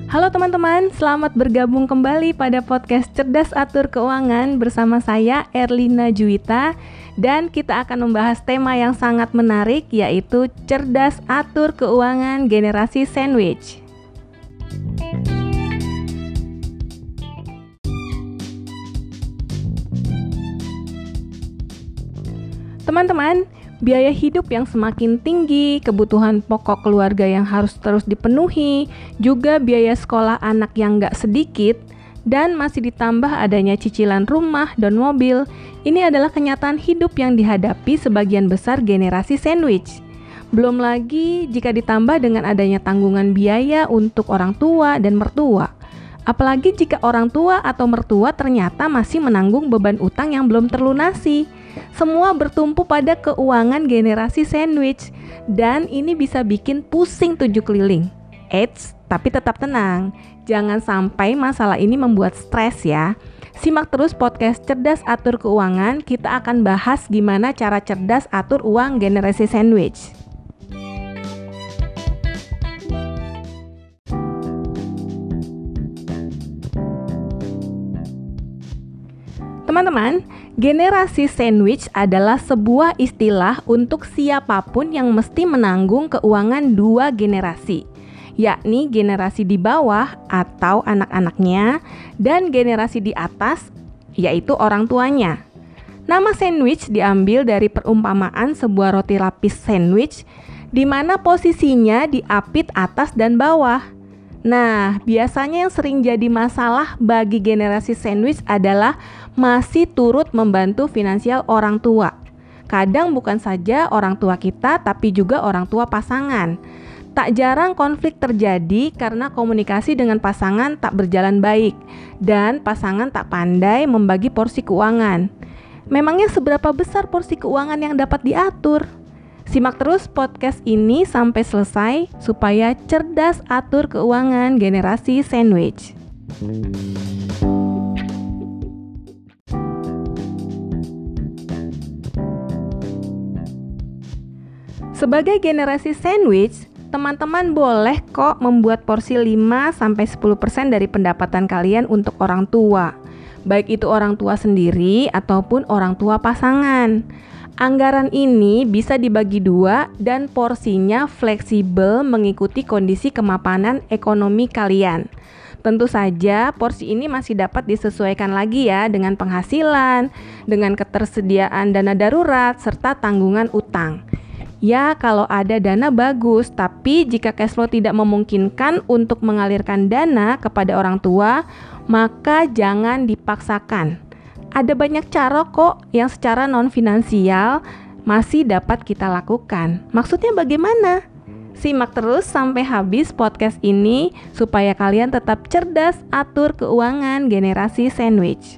Halo teman-teman, selamat bergabung kembali pada podcast Cerdas Atur Keuangan bersama saya Erlina Juwita. Dan kita akan membahas tema yang sangat menarik, yaitu Cerdas Atur Keuangan Generasi Sandwich. Teman-teman, biaya hidup yang semakin tinggi, kebutuhan pokok keluarga yang harus terus dipenuhi, juga biaya sekolah anak yang gak sedikit, dan masih ditambah adanya cicilan rumah dan mobil. Ini adalah kenyataan hidup yang dihadapi sebagian besar generasi sandwich. Belum lagi jika ditambah dengan adanya tanggungan biaya untuk orang tua dan mertua. Apalagi jika orang tua atau mertua ternyata masih menanggung beban utang yang belum terlunasi. Semua bertumpu pada keuangan generasi sandwich, dan ini bisa bikin pusing 7 keliling. Eits, tapi tetap tenang, jangan sampai masalah ini membuat stres ya. Simak terus podcast Cerdas Atur Keuangan, kita akan bahas gimana cara cerdas atur uang generasi sandwich. Teman-teman, generasi sandwich adalah sebuah istilah untuk siapapun yang mesti menanggung keuangan dua generasi, yakni generasi di bawah atau anak-anaknya dan generasi di atas, yaitu orang tuanya. Nama sandwich diambil dari perumpamaan sebuah roti lapis sandwich di mana posisinya diapit atas dan bawah. Nah, biasanya yang sering jadi masalah bagi generasi sandwich adalah masih turut membantu finansial orang tua. Kadang bukan saja orang tua kita, tapi juga orang tua pasangan. Tak jarang konflik terjadi karena komunikasi dengan pasangan tak berjalan baik dan pasangan tak pandai membagi porsi keuangan. Memangnya seberapa besar porsi keuangan yang dapat diatur? Simak terus podcast ini sampai selesai supaya cerdas atur keuangan generasi sandwich. Sebagai generasi sandwich, teman-teman boleh kok membuat porsi 5-10% dari pendapatan kalian untuk orang tua, baik itu orang tua sendiri ataupun orang tua pasangan. Anggaran ini bisa dibagi dua dan porsinya fleksibel mengikuti kondisi kemapanan ekonomi kalian. Tentu saja porsi ini masih dapat disesuaikan lagi ya dengan penghasilan, dengan ketersediaan dana darurat, serta tanggungan utang. Ya, kalau ada dana bagus, tapi jika cash flow tidak memungkinkan untuk mengalirkan dana kepada orang tua, maka jangan dipaksakan. Ada banyak cara kok yang secara non-finansial masih dapat kita lakukan. Maksudnya bagaimana? Simak terus sampai habis podcast ini supaya kalian tetap cerdas atur keuangan generasi sandwich.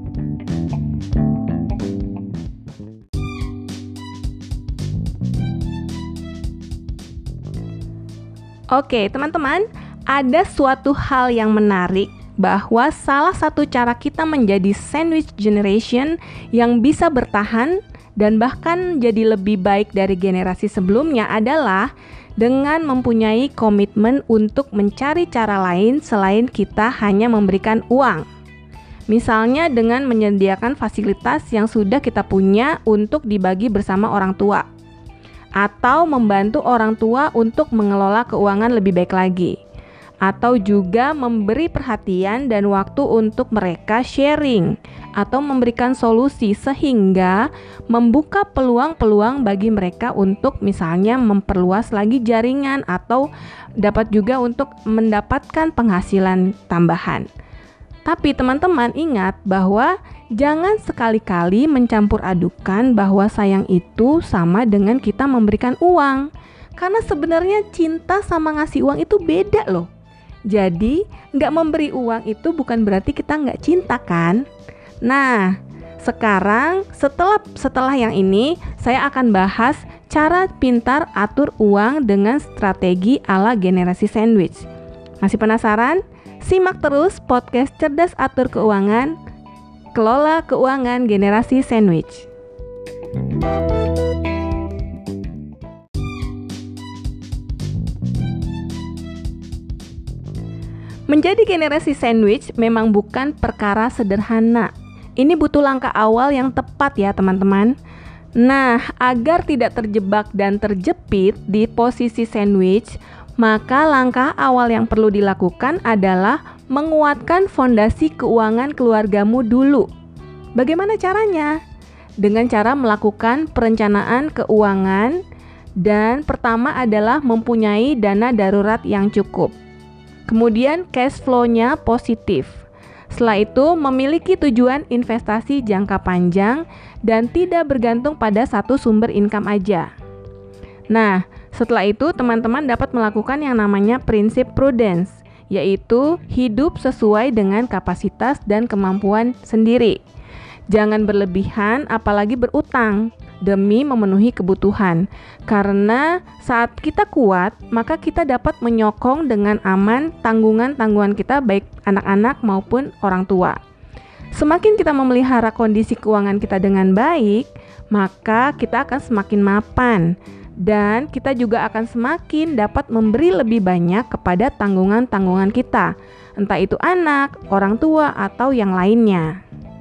Oke, teman-teman, ada suatu hal yang menarik bahwa salah satu cara kita menjadi sandwich generation yang bisa bertahan dan bahkan jadi lebih baik dari generasi sebelumnya adalah dengan mempunyai komitmen untuk mencari cara lain selain kita hanya memberikan uang. Misalnya dengan menyediakan fasilitas yang sudah kita punya untuk dibagi bersama orang tua, atau membantu orang tua untuk mengelola keuangan lebih baik lagi, atau juga memberi perhatian dan waktu untuk mereka sharing atau memberikan solusi sehingga membuka peluang-peluang bagi mereka untuk misalnya memperluas lagi jaringan atau dapat juga untuk mendapatkan penghasilan tambahan. Tapi teman-teman ingat bahwa jangan sekali-kali mencampur adukan bahwa sayang itu sama dengan kita memberikan uang. Karena sebenarnya cinta sama ngasih uang itu beda loh. Jadi, nggak memberi uang itu bukan berarti kita nggak cinta kan? Nah, sekarang setelah yang ini, saya akan bahas cara pintar atur uang dengan strategi ala generasi sandwich. Masih penasaran? Simak terus podcast Cerdas Atur Keuangan, Kelola Keuangan Generasi Sandwich. Menjadi generasi sandwich memang bukan perkara sederhana. Ini butuh langkah awal yang tepat ya teman-teman. Nah, agar tidak terjebak dan terjepit di posisi sandwich, maka langkah awal yang perlu dilakukan adalah menguatkan fondasi keuangan keluargamu dulu. Bagaimana caranya? Dengan cara melakukan perencanaan keuangan, dan pertama adalah mempunyai dana darurat yang cukup. Kemudian cash flow-nya positif. Setelah itu, memiliki tujuan investasi jangka panjang dan tidak bergantung pada satu sumber income aja. Nah, setelah itu teman-teman dapat melakukan yang namanya prinsip prudence, yaitu hidup sesuai dengan kapasitas dan kemampuan sendiri. Jangan berlebihan, apalagi berutang demi memenuhi kebutuhan. Karena saat kita kuat, maka kita dapat menyokong dengan aman tanggungan-tanggungan kita, baik anak-anak maupun orang tua. Semakin kita memelihara kondisi keuangan kita dengan baik, maka kita akan semakin mapan dan kita juga akan semakin dapat memberi lebih banyak kepada tanggungan-tanggungan kita, entah itu anak, orang tua, atau yang lainnya.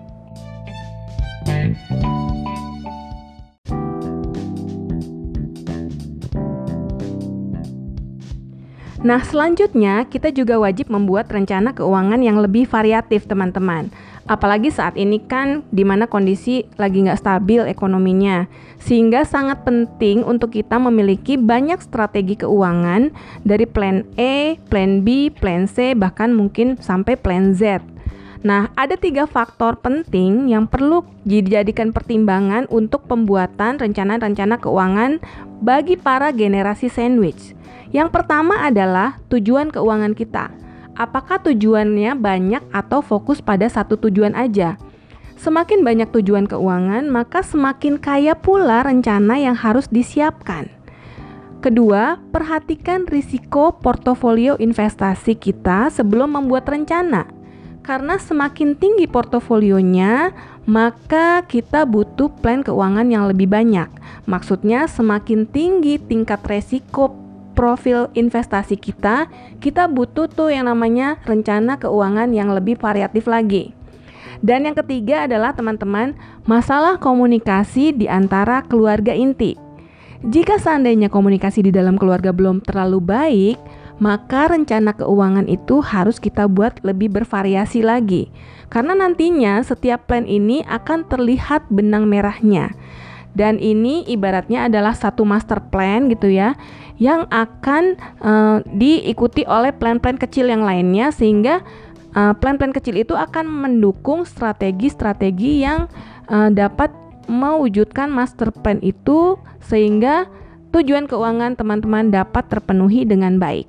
Nah, selanjutnya kita juga wajib membuat rencana keuangan yang lebih variatif, teman-teman. Apalagi saat ini kan dimana kondisi lagi nggak stabil ekonominya, sehingga sangat penting untuk kita memiliki banyak strategi keuangan dari plan A, plan B, plan C, bahkan mungkin sampai plan Z. Nah, ada 3 faktor penting yang perlu dijadikan pertimbangan untuk pembuatan rencana-rencana keuangan bagi para generasi sandwich. Yang pertama adalah tujuan keuangan kita. Apakah tujuannya banyak atau fokus pada satu tujuan aja? Semakin banyak tujuan keuangan, maka semakin kaya pula rencana yang harus disiapkan. Kedua, perhatikan risiko portofolio investasi kita sebelum membuat rencana. Karena semakin tinggi portofolionya, maka kita butuh plan keuangan yang lebih banyak. Maksudnya semakin tinggi tingkat resiko profil investasi kita butuh tuh yang namanya rencana keuangan yang lebih variatif lagi. Dan yang ketiga adalah teman-teman, masalah komunikasi di antara keluarga inti. Jika seandainya komunikasi di dalam keluarga belum terlalu baik, maka rencana keuangan itu harus kita buat lebih bervariasi lagi. Karena nantinya setiap plan ini akan terlihat benang merahnya. Dan ini ibaratnya adalah satu master plan gitu ya, yang akan diikuti oleh plan-plan kecil yang lainnya, sehingga plan-plan kecil itu akan mendukung strategi-strategi yang dapat mewujudkan master plan itu, sehingga tujuan keuangan teman-teman dapat terpenuhi dengan baik.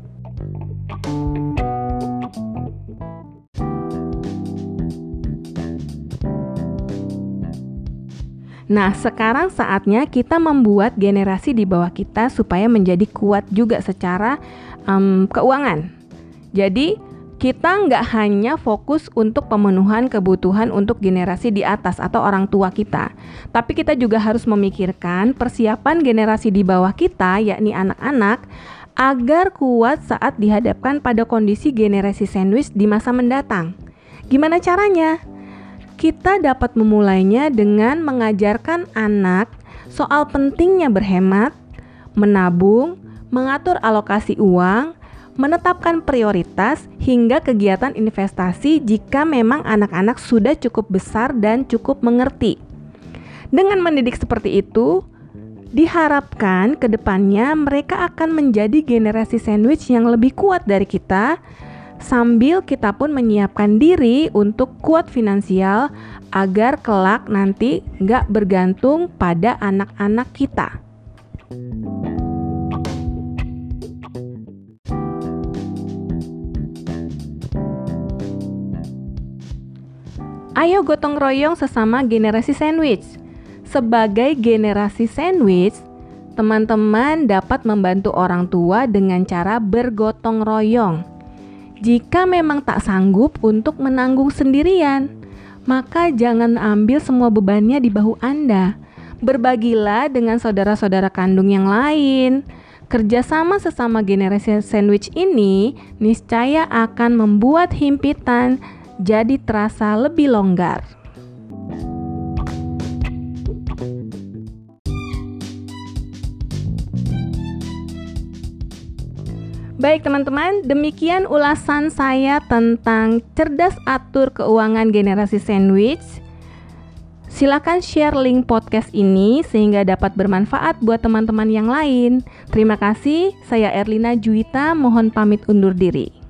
Nah, sekarang saatnya kita membuat generasi di bawah kita supaya menjadi kuat juga secara keuangan. Jadi, kita nggak hanya fokus untuk pemenuhan kebutuhan untuk generasi di atas atau orang tua kita, tapi kita juga harus memikirkan persiapan generasi di bawah kita, yakni anak-anak, agar kuat saat dihadapkan pada kondisi generasi sandwich di masa mendatang. Gimana caranya? Kita dapat memulainya dengan mengajarkan anak soal pentingnya berhemat, menabung, mengatur alokasi uang, menetapkan prioritas, hingga kegiatan investasi jika memang anak-anak sudah cukup besar dan cukup mengerti. Dengan mendidik seperti itu, diharapkan ke depannya mereka akan menjadi generasi sandwich yang lebih kuat dari kita, sambil kita pun menyiapkan diri untuk kuat finansial agar kelak nanti nggak bergantung pada anak-anak kita. Ayo gotong royong sesama generasi sandwich. Sebagai generasi sandwich, teman-teman dapat membantu orang tua dengan cara bergotong royong. Jika memang tak sanggup untuk menanggung sendirian, maka jangan ambil semua bebannya di bahu Anda. Berbagilah dengan saudara-saudara kandung yang lain. Kerjasama sesama generasi sandwich ini niscaya akan membuat himpitan jadi terasa lebih longgar. Baik teman-teman, demikian ulasan saya tentang cerdas atur keuangan generasi sandwich. Silakan share link podcast ini sehingga dapat bermanfaat buat teman-teman yang lain. Terima kasih, saya Erlina Juwita, mohon pamit undur diri.